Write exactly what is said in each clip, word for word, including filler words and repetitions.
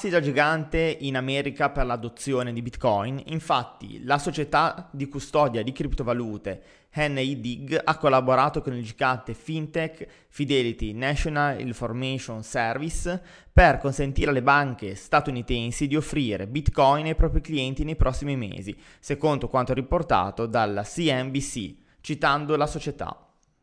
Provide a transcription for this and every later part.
passi da gigante in America per l'adozione di Bitcoin. Infatti, la società di custodia di criptovalute N Y D I G ha collaborato con il gigante fintech Fidelity National Information Service per consentire alle banche statunitensi di offrire Bitcoin ai propri clienti nei prossimi mesi, secondo quanto riportato dalla C N B C, citando la società.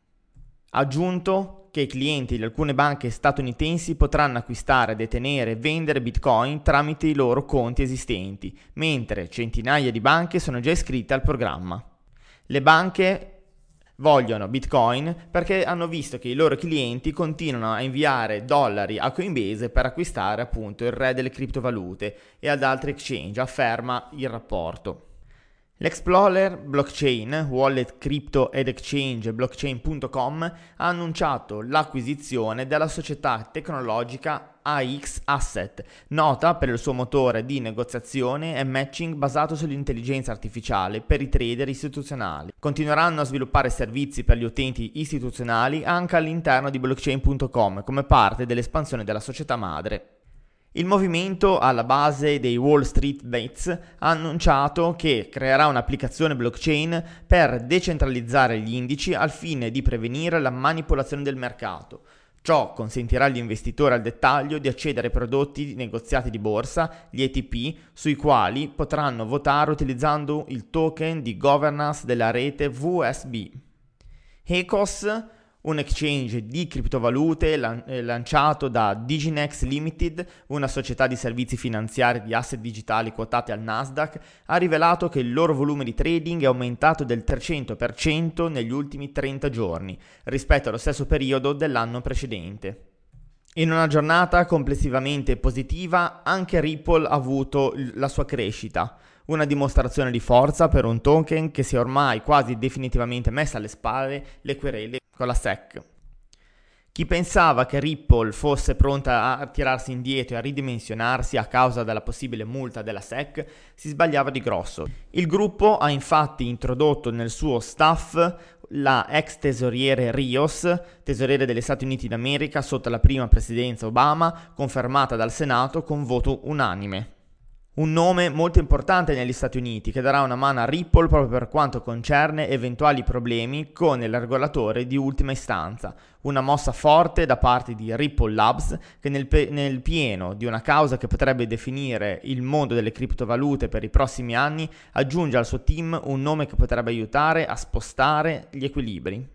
Ha aggiunto che i clienti di alcune banche statunitensi potranno acquistare, detenere e vendere Bitcoin tramite i loro conti esistenti, mentre centinaia di banche sono già iscritte al programma. Le banche vogliono Bitcoin perché hanno visto che i loro clienti continuano a inviare dollari a Coinbase per acquistare appunto il re delle criptovalute e ad altri exchange, afferma il rapporto. L'Explorer Blockchain, wallet crypto ed exchange blockchain punto com, ha annunciato l'acquisizione della società tecnologica A X Asset, nota per il suo motore di negoziazione e matching basato sull'intelligenza artificiale per i trader istituzionali. Continueranno a sviluppare servizi per gli utenti istituzionali anche all'interno di blockchain punto com come parte dell'espansione della società madre. Il movimento alla base dei Wall Street Bets ha annunciato che creerà un'applicazione blockchain per decentralizzare gli indici al fine di prevenire la manipolazione del mercato. Ciò consentirà agli investitori al dettaglio di accedere ai prodotti negoziati di borsa, gli E T P, sui quali potranno votare utilizzando il token di governance della rete V S B. E C O S, un exchange di criptovalute lan- lanciato da Diginex Limited, una società di servizi finanziari di asset digitali quotati al Nasdaq, ha rivelato che il loro volume di trading è aumentato del trecento per cento negli ultimi trenta giorni, rispetto allo stesso periodo dell'anno precedente. In una giornata complessivamente positiva, anche Ripple ha avuto la sua crescita, una dimostrazione di forza per un token che si è ormai quasi definitivamente messa alle spalle le querele con la S E C. Chi pensava che Ripple fosse pronta a tirarsi indietro e a ridimensionarsi a causa della possibile multa della S E C si sbagliava di grosso. Il gruppo ha infatti introdotto nel suo staff la ex tesoriere Rios, tesoriere degli Stati Uniti d'America sotto la prima presidenza Obama, confermata dal Senato con voto unanime. Un nome molto importante negli Stati Uniti che darà una mano a Ripple proprio per quanto concerne eventuali problemi con il regolatore di ultima istanza. Una mossa forte da parte di Ripple Labs che nel, pe- nel pieno di una causa che potrebbe definire il mondo delle criptovalute per i prossimi anni aggiunge al suo team un nome che potrebbe aiutare a spostare gli equilibri.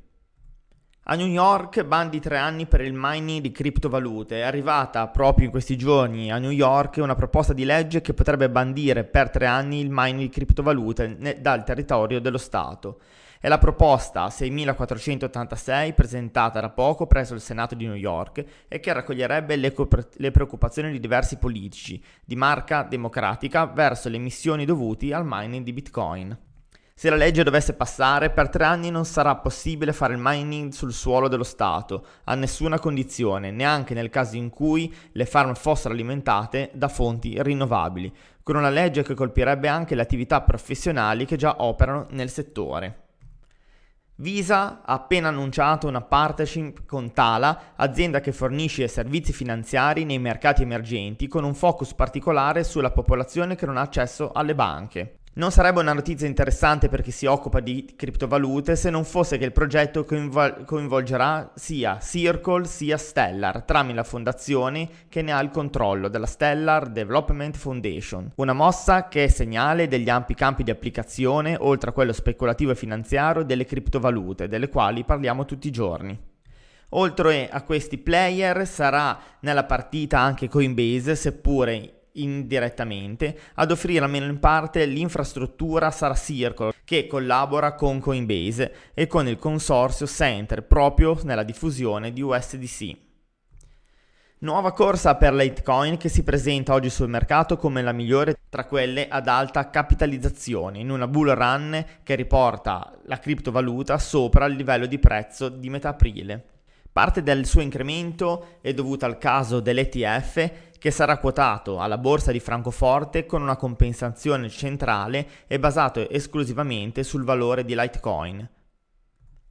A New York bandi tre anni per il mining di criptovalute. È arrivata proprio in questi giorni a New York una proposta di legge che potrebbe bandire per tre anni il mining di criptovalute ne- dal territorio dello Stato. È la proposta seimilaquattrocentottantasei presentata da poco presso il Senato di New York e che raccoglierebbe le, cop- le preoccupazioni di diversi politici di marca democratica verso le emissioni dovuti al mining di Bitcoin. Se la legge dovesse passare, per tre anni non sarà possibile fare il mining sul suolo dello Stato, a nessuna condizione, neanche nel caso in cui le farm fossero alimentate da fonti rinnovabili, con una legge che colpirebbe anche le attività professionali che già operano nel settore. Visa ha appena annunciato una partnership con Tala, azienda che fornisce servizi finanziari nei mercati emergenti, con un focus particolare sulla popolazione che non ha accesso alle banche. Non sarebbe una notizia interessante per chi si occupa di criptovalute se non fosse che il progetto coinvol- coinvolgerà sia Circle sia Stellar tramite la fondazione che ne ha il controllo della Stellar Development Foundation, una mossa che è segnale degli ampi campi di applicazione oltre a quello speculativo e finanziario delle criptovalute, delle quali parliamo tutti i giorni. Oltre a questi player sarà nella partita anche Coinbase, seppure indirettamente, ad offrire almeno in parte l'infrastruttura sarà Circle, che collabora con Coinbase e con il consorzio Center proprio nella diffusione di U S D C. Nuova corsa per Litecoin che si presenta oggi sul mercato come la migliore tra quelle ad alta capitalizzazione, in una bull run che riporta la criptovaluta sopra il livello di prezzo di metà aprile. Parte del suo incremento è dovuta al caso dell'E T F che sarà quotato alla borsa di Francoforte con una compensazione centrale e basato esclusivamente sul valore di Litecoin.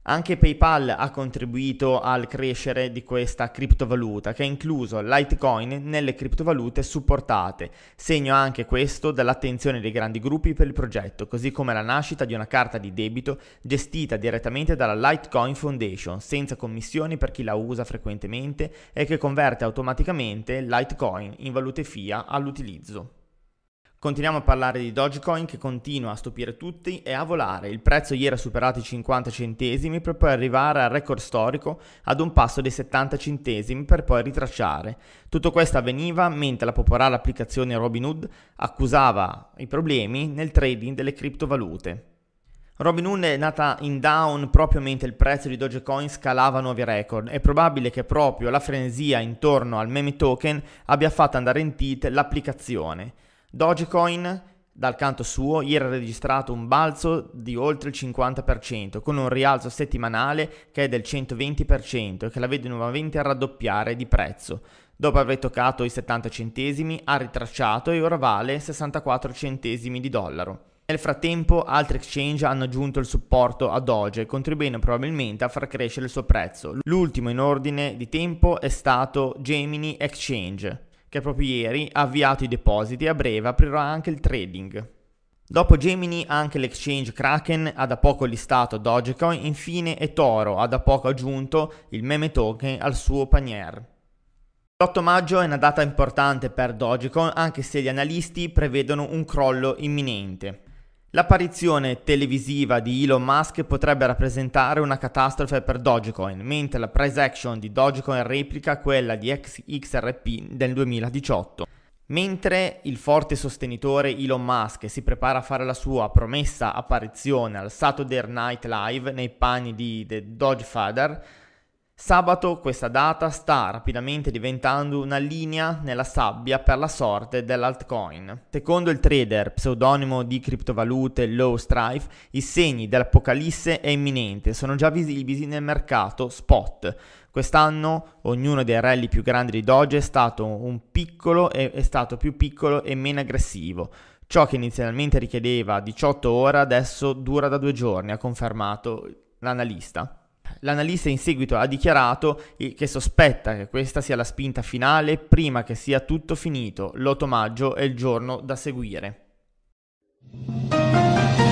Anche PayPal ha contribuito al crescere di questa criptovaluta, che ha incluso Litecoin nelle criptovalute supportate, segno anche questo dell'attenzione dei grandi gruppi per il progetto, così come la nascita di una carta di debito gestita direttamente dalla Litecoin Foundation, senza commissioni per chi la usa frequentemente e che converte automaticamente Litecoin in valute fiat all'utilizzo. Continuiamo a parlare di Dogecoin, che continua a stupire tutti e a volare. Il prezzo ieri ha superato i cinquanta centesimi per poi arrivare al record storico ad un passo dei settanta centesimi per poi ritracciare. Tutto questo avveniva mentre la popolare applicazione Robinhood accusava i problemi nel trading delle criptovalute. Robinhood è nata in down proprio mentre il prezzo di Dogecoin scalava nuovi record. È probabile che proprio la frenesia intorno al meme token abbia fatto andare in tilt l'applicazione. Dogecoin, dal canto suo, ieri ha registrato un balzo di oltre il cinquanta per cento, con un rialzo settimanale che è del centoventi per cento e che la vede nuovamente raddoppiare di prezzo. Dopo aver toccato i settanta centesimi, ha ritracciato e ora vale sessantaquattro centesimi di dollaro. Nel frattempo, altri exchange hanno aggiunto il supporto a Doge, contribuendo probabilmente a far crescere il suo prezzo. L'ultimo in ordine di tempo è stato Gemini Exchange, che proprio ieri ha avviato i depositi e a breve aprirà anche il trading. Dopo Gemini anche l'exchange Kraken ha da poco listato Dogecoin, infine eToro ha da poco aggiunto il meme token al suo panier. L'otto maggio è una data importante per Dogecoin, anche se gli analisti prevedono un crollo imminente. L'apparizione televisiva di Elon Musk potrebbe rappresentare una catastrofe per Dogecoin, mentre la price action di Dogecoin replica quella di X R P del duemiladiciotto. Mentre il forte sostenitore Elon Musk si prepara a fare la sua promessa apparizione al Saturday Night Live nei panni di The Dogefather, sabato questa data sta rapidamente diventando una linea nella sabbia per la sorte dell'altcoin. Secondo il trader pseudonimo di criptovalute Low Strife, i segni dell'apocalisse è imminente, sono già visibili nel mercato spot. Quest'anno ognuno dei rally più grandi di Doge è stato un piccolo e è stato più piccolo e meno aggressivo. Ciò che inizialmente richiedeva diciotto ore adesso dura da due giorni, ha confermato l'analista. L'analista in seguito ha dichiarato che sospetta che questa sia la spinta finale prima che sia tutto finito. L'otto maggio è il giorno da seguire.